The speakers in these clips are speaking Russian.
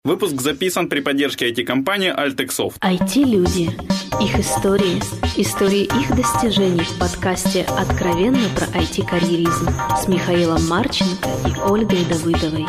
Выпуск записан при поддержке IT-компании Altexoft. IT-люди. Их истории. Истории их достижений в подкасте «Откровенно про IT-карьеризм» с Михаилом Марченко и Ольгой Давыдовой.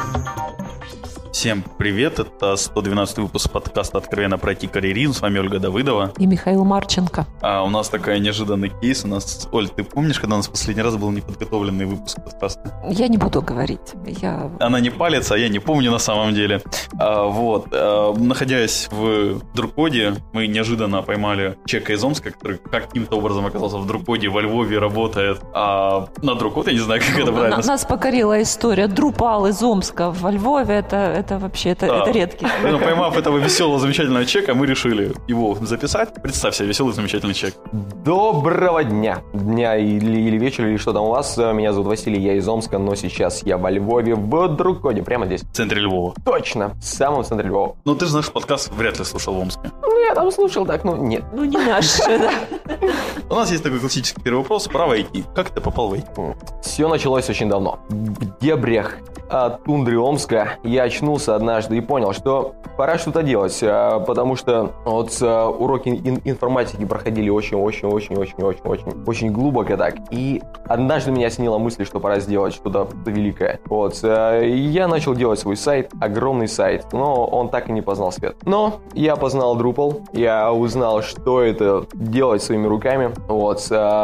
Всем привет, это 112 выпуск подкаста «Откровенно про IT-карьеризм». С вами Ольга Давыдова. И Михаил Марченко. А у нас такой неожиданный кейс. Оль, ты помнишь, когда у нас в последний раз был неподготовленный выпуск подкаста? Я не буду говорить. Она не палится, а я не помню на самом деле. Находясь в Друкоде, мы неожиданно поймали человека из Омска, который каким-то образом оказался в Друкоде, во Львове работает. А на Друкод, я не знаю, как это правильно. Нас покорила история. Друпал из Омска во Львове, это вообще, это редкий. Но поймав этого веселого, замечательного человека, мы решили его записать. Представь себе, веселый, замечательный человек. Доброго дня или вечера, или что там у вас. Меня зовут Василий, я из Омска, но сейчас я во Львове, в Друкоде, прямо здесь. В центре Львова. Точно, в самом центре Львова. Ну, ты же наш подкаст вряд ли слушал в Омске. Я там слушал, так, нет. Не наш, да. У нас есть такой классический первый вопрос про IT. Как ты попал в IT? Все началось очень давно. В дебрях тундры Омска я очнулся однажды и понял, что пора что-то делать, потому что уроки информатики проходили очень глубоко так. И однажды меня осенила мысль, что пора сделать что-то великое. Я начал делать свой сайт, огромный сайт, но он так и не познал свет. Но я познал Drupal, я узнал, что это делать своими руками. В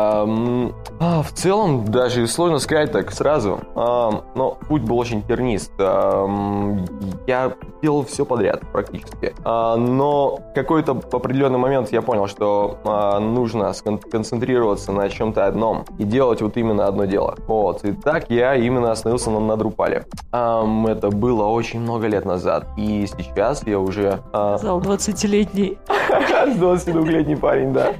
целом, даже сложно сказать так сразу, но путь был очень тернист. Я делал все подряд практически. Но в какой-то определенный момент я понял, что нужно сконцентрироваться на чем-то одном и делать вот именно одно дело. И так я именно остановился на Drupal. Это было очень много лет назад. И сейчас я уже... Сказал 20-летний. 22-летний парень, да.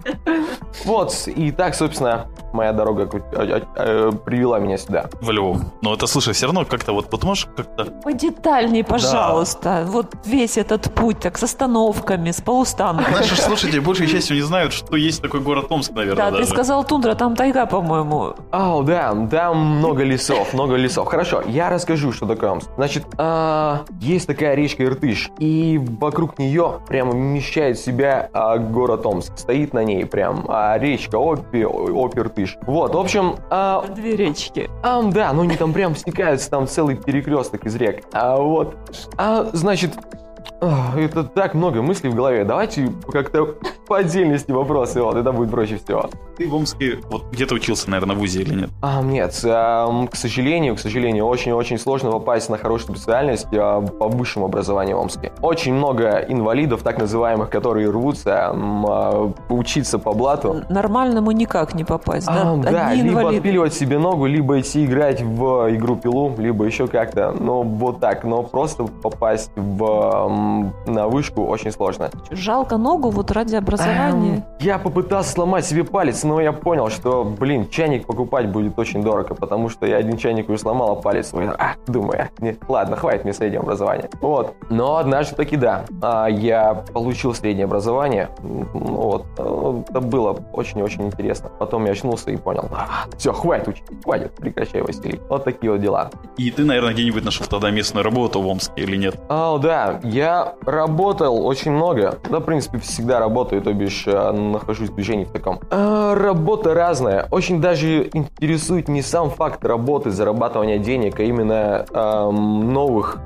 И так, собственно, моя дорога привела меня сюда. В Львов. Но это, слушай, все равно как-то вот можешь как-то... Подетальней, пожалуйста. Да. Вот весь этот путь, так, с остановками, с полустанками. Наши слушатели большей частью не знают, что есть такой город Омск, наверное. Да, даже. Ты сказал тундра, там тайга, по-моему. Да, там много лесов. Хорошо, я расскажу, что такое Омск. Значит, есть такая речка Иртыш, и вокруг нее прямо вмещает в себя город Омск. Стоит на ней прям речка Иртыш. В общем... Две речки. Да, но они там прям стекаются, там целый перекресток из рек. Значит... Это так много мыслей в голове. Давайте как-то по отдельности вопросы. Это будет проще всего. Ты в Омске где-то учился, наверное, в ВУЗе или нет? Нет. К сожалению, очень-очень сложно попасть на хорошую специальность по высшему образованию в Омске. Очень много инвалидов, так называемых, которые рвутся учиться по блату. Нормальному никак не попасть, да? Да, либо отпиливать себе ногу, либо идти играть в игру Пилу, либо еще как-то. Но просто попасть на вышку очень сложно. Жалко ногу ради образования? Я попытался сломать себе палец, но я понял, что, чайник покупать будет очень дорого, потому что я один чайник уже сломал, а палец свой. Думаю, ладно, хватит мне среднего образования. Но однажды таки да, я получил среднее образование. Это было очень-очень интересно. Потом я очнулся и понял, все, хватит учить, хватит, прекращай, Василий. Вот такие вот дела. И ты, наверное, где-нибудь нашел тогда местную работу в Омске или нет? Да, я работал очень много. В принципе, всегда работаю, то бишь нахожусь в движении в таком. Работа разная. Очень даже интересует не сам факт работы, зарабатывания денег, а именно новых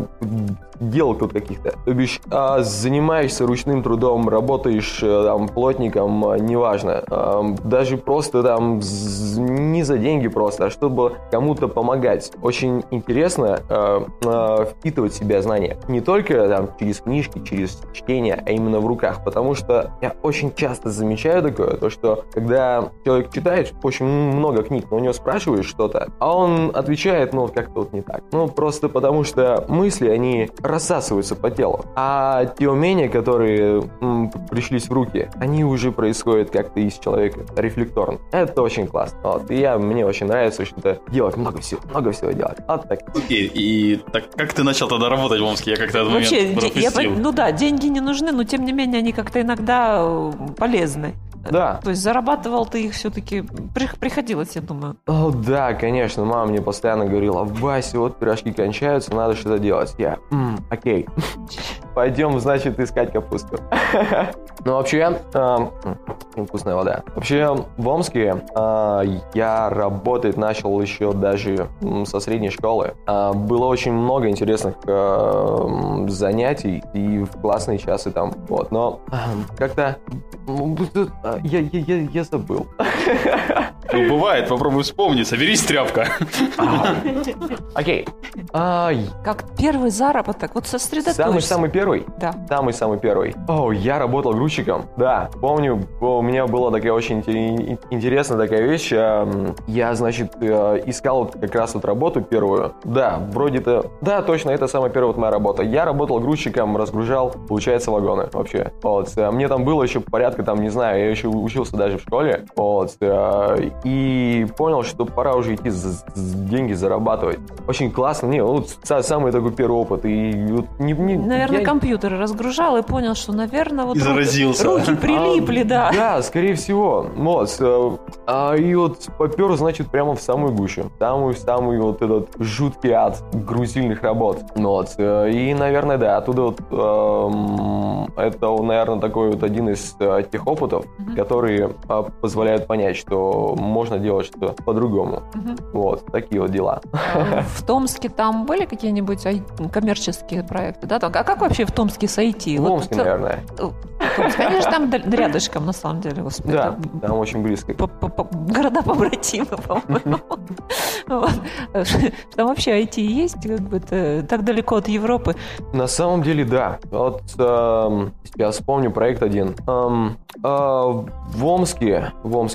дел тут каких-то. То бишь, занимаешься ручным трудом, работаешь плотником, неважно. Даже просто не за деньги просто, а чтобы кому-то помогать. Очень интересно впитывать в себя знания. Не только через книжки, через чтение, а именно в руках. Потому что я очень часто замечаю такое, то что когда человек читает очень много книг, но у него спрашиваешь что-то, а он отвечает, как-то не так. Просто потому что мысли, они рассасываются по телу. А те умения, которые пришлись в руки, они уже происходят как-то из человека рефлекторно. Это очень классно. Мне очень нравится что-то делать, много всего делать. Так. Окей, и так как ты начал тогда работать в Омске? Я как-то этот момент пропустил. Деньги не нужны, но тем не менее они как-то иногда полезны. Да. То есть зарабатывал ты их все-таки, приходилось, я думаю. О, да, конечно, мама мне постоянно говорила: Вася, вот пирожки кончаются, надо что-то делать. Я, окей, пойдем, значит, искать капусту. Ну, вообще, вкусная вода. Вообще, в Омске я работать начал еще даже со средней школы. Было очень много интересных занятий и в классные часы там, вот, но как-то я забыл. Ну, бывает, попробуй вспомнить, соберись, тряпка. Окей. Как первый заработок, вот сосредоточься. Самый первый? Да. Самый первый. Я работал грузчиком. Да, помню, у меня была такая очень интересная такая вещь. Я, значит, искал вот как раз вот работу первую. Да, вроде-то... Да, точно, это самая первая вот моя работа. Я работал грузчиком, разгружал, получается, вагоны вообще. Вот. Мне там было еще порядка, там, не знаю, я еще учился даже в школе. Вот. И понял, что пора уже идти деньги зарабатывать. Очень классно. Не, вот самый такой первый опыт. И вот наверное, компьютер разгружал и понял, что, наверное, вот и заразился. Руки прилипли, да. Да, скорее всего. Вот. И вот попер, значит, прямо в самую гущу. Самый вот этот жуткий ад грузильных работ. Вот. И, наверное, да, оттуда вот это, наверное, такой вот один из тех опытов, которые позволяют понять, что можно делать что-то по-другому. Вот, такие вот дела. В Томске там были какие-нибудь коммерческие проекты, да? А как вообще в Томске с IT? В Омске, наверное. Конечно, там рядышком, на самом деле, господи. Да, там очень близко. Города побратимы, по-моему. Там вообще IT есть, как бы так далеко от Европы. На самом деле, да. Вот я вспомню проект один. В Омске.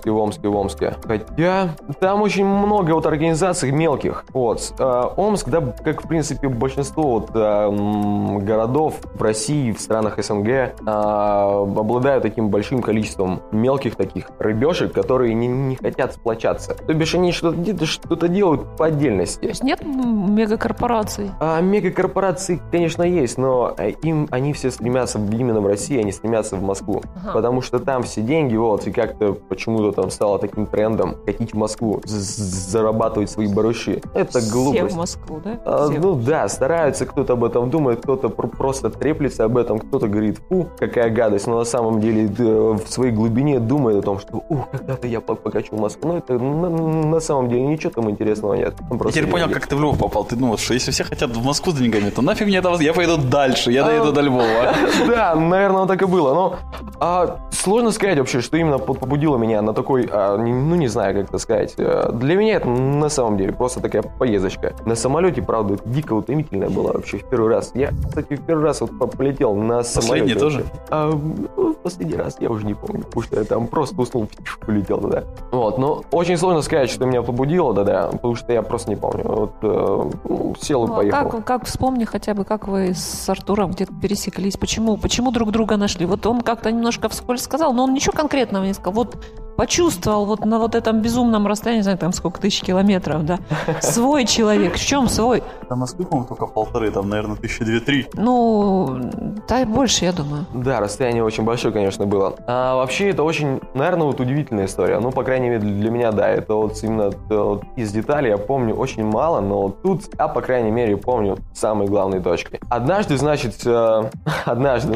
Хотя там очень много вот организаций мелких. Вот. Омск, да, как в принципе большинство вот городов в России, в странах СНГ, обладают таким большим количеством мелких таких рыбешек, которые не хотят сплочаться. То бишь они что-то делают по отдельности. То есть нет мегакорпораций? Мегакорпорации, конечно, есть, но они все стремятся именно в России, они стремятся в Москву. Потому что там все деньги, вот, и как-то почему-то там стало таким трендом хотеть в Москву, зарабатывать свои барыши. Это глупость. Все в Москву, да? Ну да, стараются, кто-то об этом думает, кто-то просто треплется об этом, кто-то говорит: фу, какая гадость, но на самом деле в своей глубине думает о том, что когда-то я покачу в Москву. Но это на самом деле ничего там интересного нет. Я теперь понял, как ты в Львов попал. Ты думал, что если все хотят в Москву с деньгами, то нафиг мне это, я поеду дальше, я доеду до Львова. Да, наверное, так и было. Но сложно сказать вообще, что именно побудило меня на такой, не знаю, как это сказать. Для меня это на самом деле просто такая поездочка. На самолете, правда, дико утомительная была вообще в первый раз. Я, кстати, в первый раз вот полетел на самолете. Последний тоже? Последний раз я уже не помню, потому что я там просто уснул, полетел туда. Вот, но очень сложно сказать, что меня побудило, да, потому что я просто не помню. Вот сел и поехал. Как вспомни хотя бы, как вы с Артуром где-то пересеклись, почему друг друга нашли? Вот он как-то немножко вскользь сказал, но он ничего конкретного не сказал. Вот почувствовал вот на вот этом безумном расстоянии, не знаю, там сколько тысяч километров, да, свой человек. В чем свой? До Москвы, по-моему, только 1,5, там, наверное, 2-3. Ну, да, больше, я думаю. Да, расстояние очень большое, конечно, было. А вообще, это очень, наверное, вот удивительная история. Ну, по крайней мере, для меня, да, это вот именно вот из деталей я помню очень мало, но тут я, по крайней мере, помню самые главные точки. Однажды, значит, однажды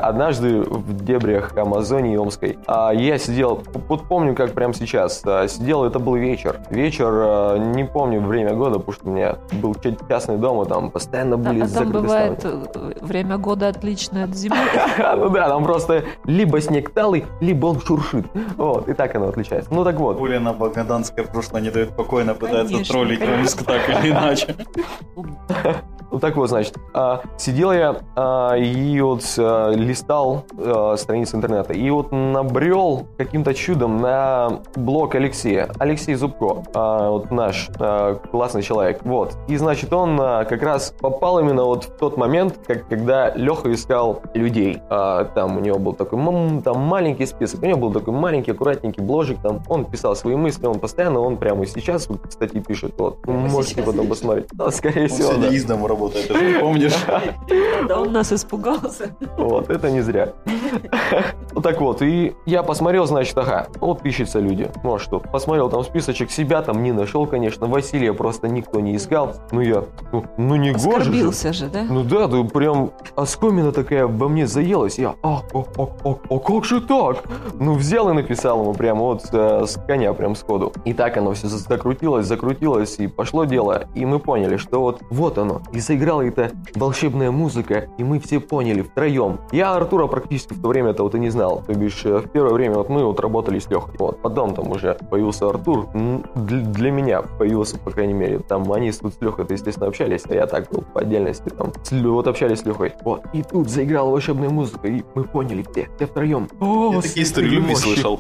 в дебрях Амазонии Омской я сидел, вот помню, как прямо сейчас, сидел, это был вечер. Вечер, не помню время года, потому что у меня был частный дом, и там постоянно были закрыты бывает ставни. время года отличное от зимы. Ну да, там просто либо снег талый, либо он шуршит. Вот, и так оно отличается. Ну так вот. Улина Багаданская прошлое не дает покоя, пытается троллить Омск так или иначе. Ну так вот, значит, сидел я и вот листал страницы интернета, и вот набрел каким-то чудом на блог Алексея. Алексей Зубко, вот наш классный человек. Вот. И, значит, он как раз попал именно вот в тот момент, когда Леха искал людей. Там у него был такой там маленький список. У него был такой маленький, аккуратненький бложик. Там он писал свои мысли, он постоянно, он прямо и сейчас, кстати, пишет. Вот. Вы можете потом посмотреть. Да, скорее всего, сегодня из дома работает, ты же помнишь? Да, он нас испугался. Вот, это не зря. Вот так вот, и я посмотрел, значит, вот пишется люди. Ну а что, посмотрел там списочек, себя там не нашел, конечно. Василия просто никто не искал. Ну я, ну не гоже же. Оскорбился же, да? Ну да, прям оскомина такая во мне заелась. Я, как же так? Ну взял и написал ему прямо вот с коня, прям сходу. И так оно все закрутилось, и пошло дело. И мы поняли, что вот оно. И заиграла эта волшебная музыка, и мы все поняли втроем. Я Артура практически в то время-то вот и не знал. То бишь, в первое время вот мы вот работали с Лехой. Вот, потом там уже появился Артур. Для меня появился, по крайней мере. Там они тут с Лехой-то, естественно, общались, а я так был по отдельности. Там вот общались с Лехой. Вот. И тут заиграла волшебная музыка, и мы поняли все втроем. Я такие истории любви слышал.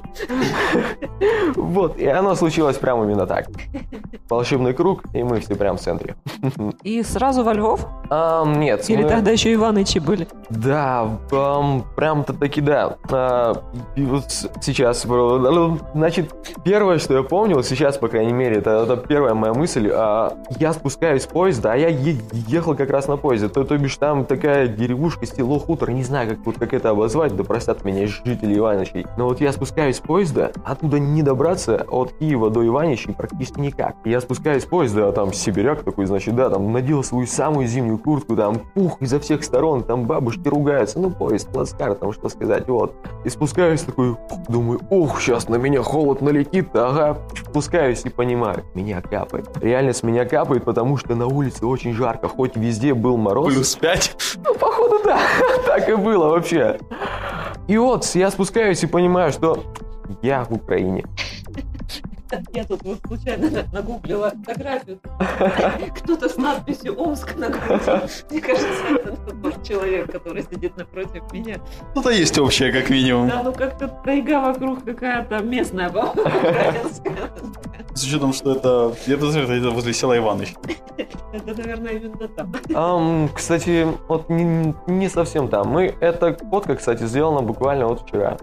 Вот, и оно случилось прямо именно так. Волшебный круг, и мы все прям в центре. И сразу во Львов? Нет. Или тогда еще Иванычи были? Да, прям-то таки да. И вот сейчас, значит, первое, что я помнил сейчас, по крайней мере, это первая моя мысль. Я спускаюсь с поезда, а я ехал как раз на поезде. То бишь там такая деревушка, село, хутор, не знаю, как это обозвать, да простят меня жители Иванычей. Но вот я спускаюсь с поезда, оттуда не добраться от Киева до Иванычей практически никак. Я спускаюсь с поезда, а там сибиряк такой, значит, да, там надел свою самую зимнюю куртку, там пух изо всех сторон, там бабушки ругаются, ну поезд, плацкарт, там что сказать, вот. И спускаюсь такой, думаю, сейчас на меня холод налетит, ага. Спускаюсь и понимаю, меня капает. Реально с меня капает, потому что на улице очень жарко, хоть везде был мороз. +5. Ну, походу, да, так и было вообще. И вот я спускаюсь и понимаю, что я в Украине. Я тут вот случайно нагуглила фотографию. Кто-то с надписью «Омск» на груди. Мне кажется, это тот человек, который сидит напротив меня. Что-то есть общее, как минимум. Да, ну как-то тайга вокруг какая-то местная, украинская. С учетом, что это... Я подозреваю, это возле села Иваныч. Это, наверное, именно там. Кстати, вот не совсем там. Эта фотка, кстати, сделана буквально вот вчера.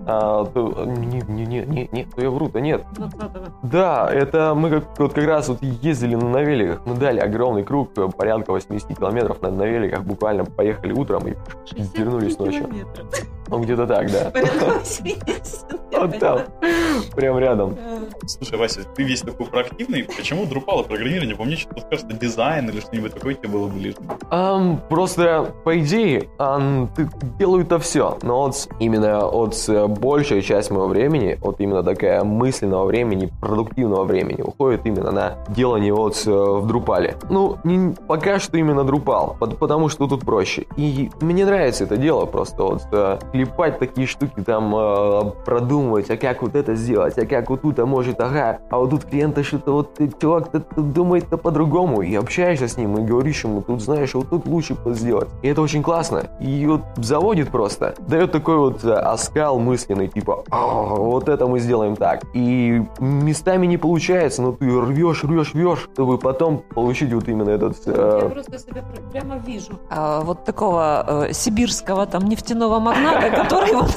Не, я вру-то, нет. 20-го. Да, это мы как раз вот ездили на великах, мы дали огромный круг, порядка 80 километров на великах, буквально поехали утром и вернулись ночью. Ну, где-то так, да. Вот там, прям рядом. Слушай, Вася, ты весь такой проактивный, почему Drupal и программирование? По мне, что-то кажется, дизайн или что-нибудь такое тебе было ближе? Просто, по идее, делаю-то все, но вот именно большая часть моего времени, вот именно такая мысленного времени, продуктивного времени уходит именно на делание в Drupal. Ну, пока что именно Drupal, потому что тут проще. И мне нравится это дело, просто клепать такие штуки, там продумывать, а как вот это сделать, а как вот тут, а может, ага, а вот тут клиента что-то, чувак-то думает-то по-другому, и общаешься с ним, и говоришь ему, тут знаешь, вот тут лучше сделать. И это очень классно. И вот заводит просто, дает такой оскал мысленный, типа, вот это мы сделаем так. И местами не получается, но ты рвешь, чтобы потом получить вот именно этот... Я просто себя прямо вижу. Вот такого сибирского там нефтяного магната, который вот...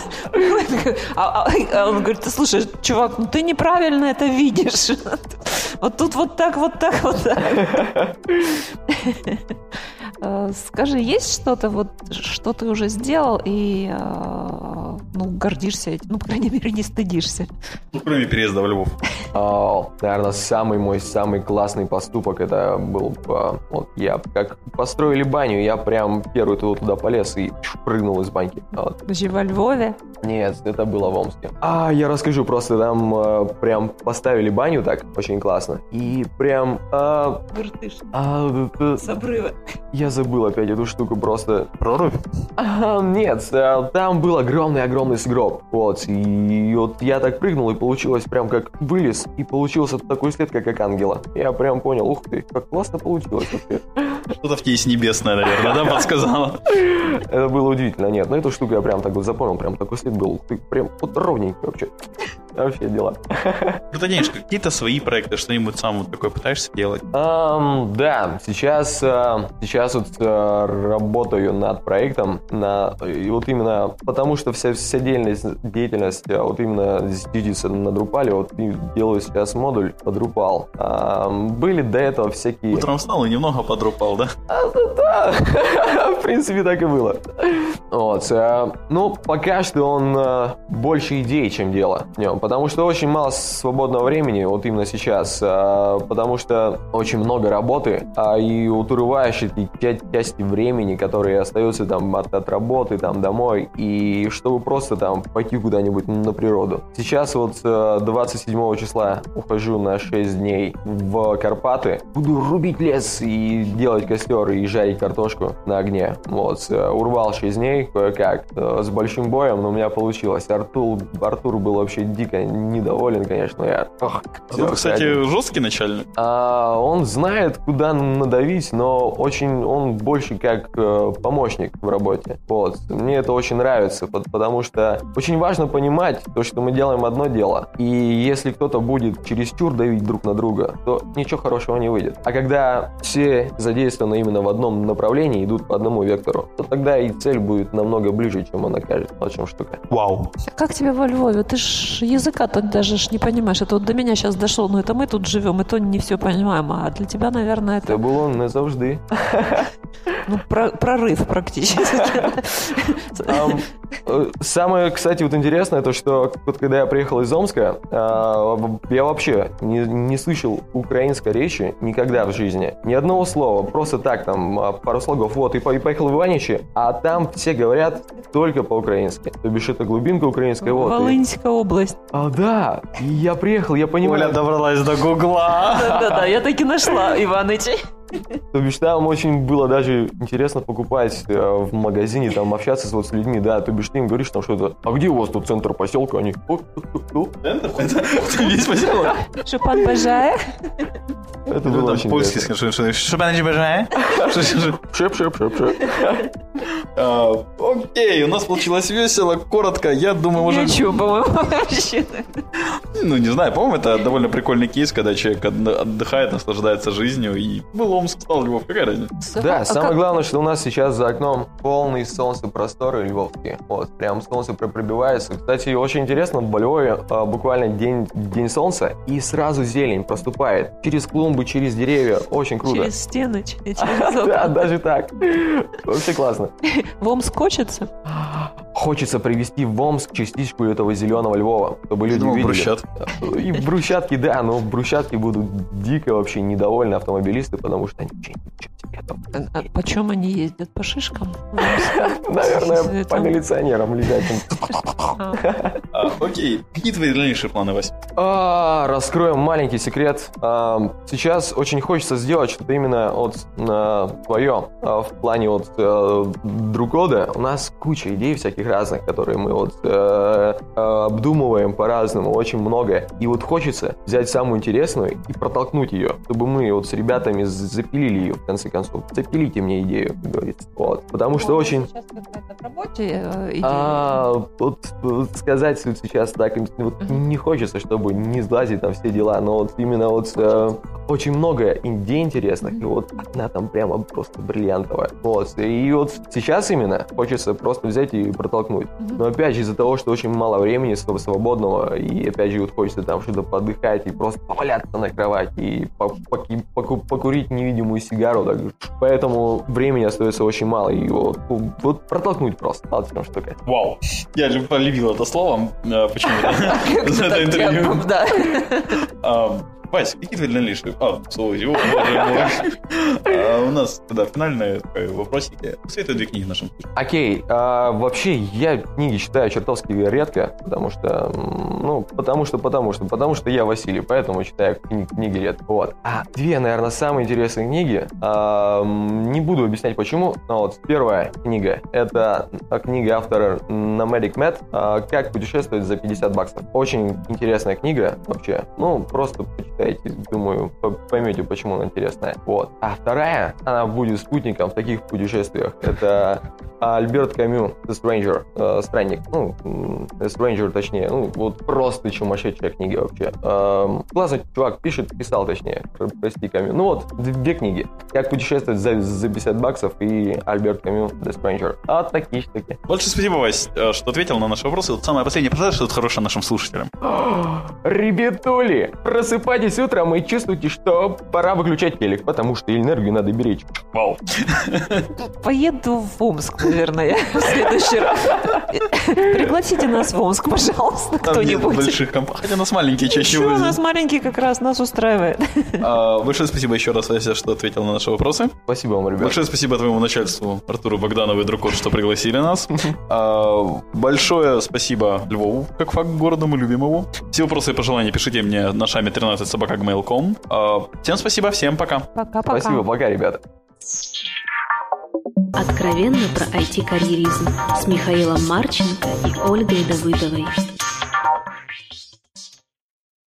Он говорит, ты слушай, чувак, ну ты неправильно это видишь. Вот тут вот так. Скажи, есть что-то, что ты уже сделал и гордишься этим? Ну, по крайней мере, не стыдишься. Ну, кроме переезда в Львов. Наверное, самый классный поступок это был, я как построили баню, я прям первый туда полез и прыгнул из баньки. Подожди, во Львове? Нет, это было в Омске. Я расскажу, просто там прям поставили баню так, очень классно. И прям... Выртыш. С обрыва. Я забыл опять эту штуку, просто... Прорубь? Нет, там был огромный сугроб. И я так прыгнул, и получилось прям как вылез, и получился такой след, как ангела. Я прям понял, ух ты, как классно получилось вообще. Что-то в тебе есть небесное, наверное, да, подсказала? Это было удивительно, нет. Но эту штуку я прям так запомнил, прям такой след был. Ты прям ровненький вообще. Вообще дела. Ну, Денечка, какие-то свои проекты, что-нибудь сам вот такое пытаешься делать? Да, сейчас вот работаю над проектом, и вот именно потому, что вся деятельность вот именно зиждется на Drupal, вот и делаю сейчас модуль по Drupal. Были до этого всякие... Утром встал и немного подрупал, да? Да, в принципе, так и было. Вот, ну, пока что он больше идей, чем дело в нем, потому что очень мало свободного времени, вот именно сейчас, потому что очень много работы, и утрываешь эти части времени, которые остаются там от работы, там, домой, и чтобы просто там пойти куда-нибудь на природу. Сейчас вот 27 числа ухожу на 6 дней в Карпаты, буду рубить лес и делать костер, и жарить картошку на огне. Вот, урвал 6 дней кое-как, с большим боем, но у меня получилось. Артур был вообще дико недоволен, конечно. Кстати, жесткий начальник. Он знает, куда надавить, но он больше как помощник в работе. Вот. Мне это очень нравится, потому что очень важно понимать то, что мы делаем одно дело. И если кто-то будет чересчур давить друг на друга, то ничего хорошего не выйдет. А когда все задействованы именно в одном направлении, идут по одному вектору, то тогда и цель будет намного ближе, чем она кажется. Вот в чем штука. Вау. Как тебе во Львове? Ты ж языка-то даже не понимаешь. Это вот до меня сейчас дошло. Ну, это мы тут живем, и то не все понимаем. А для тебя, наверное, это... Це було не завжди. Ну, прорыв практически. Самое, кстати, вот интересное, то, что вот когда я приехал из Омска, я вообще не слышал украинской речи никогда в жизни. Ни одного слова. Просто так, там, пару слогов. Вот, и поехал в Иваничи, а там все говорят только по-украински. То бишь, это глубинка украинская. Вот, Волынская область. Да. И я приехал, я понимаю... Оля добралась до Гугла. Да-да-да, я таки нашла Иванычей. То бишь там очень было даже интересно покупать в магазине, там общаться с людьми, да, то бишь ты им говоришь там что-то, а где у вас тут центр поселка? Они, Центр? Это весь поселок? Що пан бажає? Это было очень польский, что пан бажає? Шеп. Окей, у нас получилось весело, коротко, я думаю, уже... Ничего, по-моему, вообще. Ну, не знаю, по-моему, это довольно прикольный кейс, когда человек отдыхает, наслаждается жизнью, и был Омск, стал Львов, какая разница? Да, самое главное, что у нас сейчас за окном полный солнце просторы львовские. Вот, прям солнце пробивается. Кстати, очень интересно, в Львове буквально день солнца, и сразу зелень проступает. Через клумбы, через деревья. Очень круто. Через стены, через Да, даже так. Вообще классно. В Омск хочется? Хочется привезти в Омск частичку этого зеленого Львова, чтобы люди увидели. Брусчатки. И брусчатки, да, но брусчатки будут дико вообще недовольны автомобилисты, потому что они вообще ничего себе. А почем они ездят? По шишкам? Наверное, по милиционерам летящим. Окей, какие твои дальнейшие планы, Вась? Раскроем маленький секрет. Сейчас очень хочется сделать что-то именно вот твое. В плане вот друкода у нас куча идей всяких разных, которые мы вот обдумываем по-разному, очень много. И вот хочется взять самую интересную и протолкнуть ее, чтобы мы вот с ребятами запилили ее, в конце концов. Запилите мне идею, как говорится. Вот. Потому что очень... Сейчас какая-то в работе идея? Вот сказать вот сейчас так вот не хочется, чтобы не сглазить там все дела, но вот именно вот очень много идей интересных, и вот одна там прямо просто бриллиантовая. Вот. И вот сейчас именно хочется просто взять и протолкнуть. Но опять же из-за того, что очень мало времени свободного, и опять же вот хочется там что-то подыхать и просто поваляться на кровати и покурить невидимую сигару. Так. Поэтому времени остается очень мало, и вот протолкнуть просто. Вот в чем штука. Вау, я полюбил это слово почему-то за это интервью. Вась, какие твои дальнейшие... У нас тогда финальные вопросики. Посоветуй 2 книги нашим слушателям. Окей, вообще я книги читаю чертовски редко, потому что я Василий, поэтому читаю книги редко. Вот. 2, наверное, самые интересные книги. Не буду объяснять почему, но вот первая книга, это книга автора Nomadic Matt «Как путешествовать за $50». Очень интересная книга вообще. Ну, просто почитайте почитайте, думаю, поймете, почему она интересная. Вот. А вторая, она будет спутником в таких путешествиях. Это Альберт Камю, The Stranger, странник. Ну, The Stranger, точнее. Ну, вот просто сумасшедшая книга вообще. Классный чувак писал, точнее. Прости, Камю. Ну вот, две книги. Как путешествовать за $50 и Альберт Камю, The Stranger. А такие штуки. Большое спасибо, Вась, что ответил на наши вопросы. Вот самое последнее, пожалуйста, что-то хорошее нашим слушателям. Ребятули, просыпайтесь утром и чувствуйте, что пора выключать телек, потому что энергию надо беречь. Вау. Поеду в Омск, наверное, в следующий раз. Пригласите нас в Омск, пожалуйста, кто-нибудь. Больших компаний. Хотя нас маленькие чаще Почему? У возят. нас маленький как раз нас устраивает. Большое спасибо еще раз, Вася, что ответил на наши вопросы. Спасибо вам, ребят. Большое спасибо твоему начальству Артуру Богданову и Друкот, что пригласили нас. Большое спасибо Львову, как факт города, мы любим его. Все вопросы и пожелания пишите мне на shami13@gmail.com. Всем спасибо, всем пока. Пока-пока. Спасибо, пока, ребята. Откровенно про IT-карьеризм с Михаилом Марченко и Ольгой Давыдовой.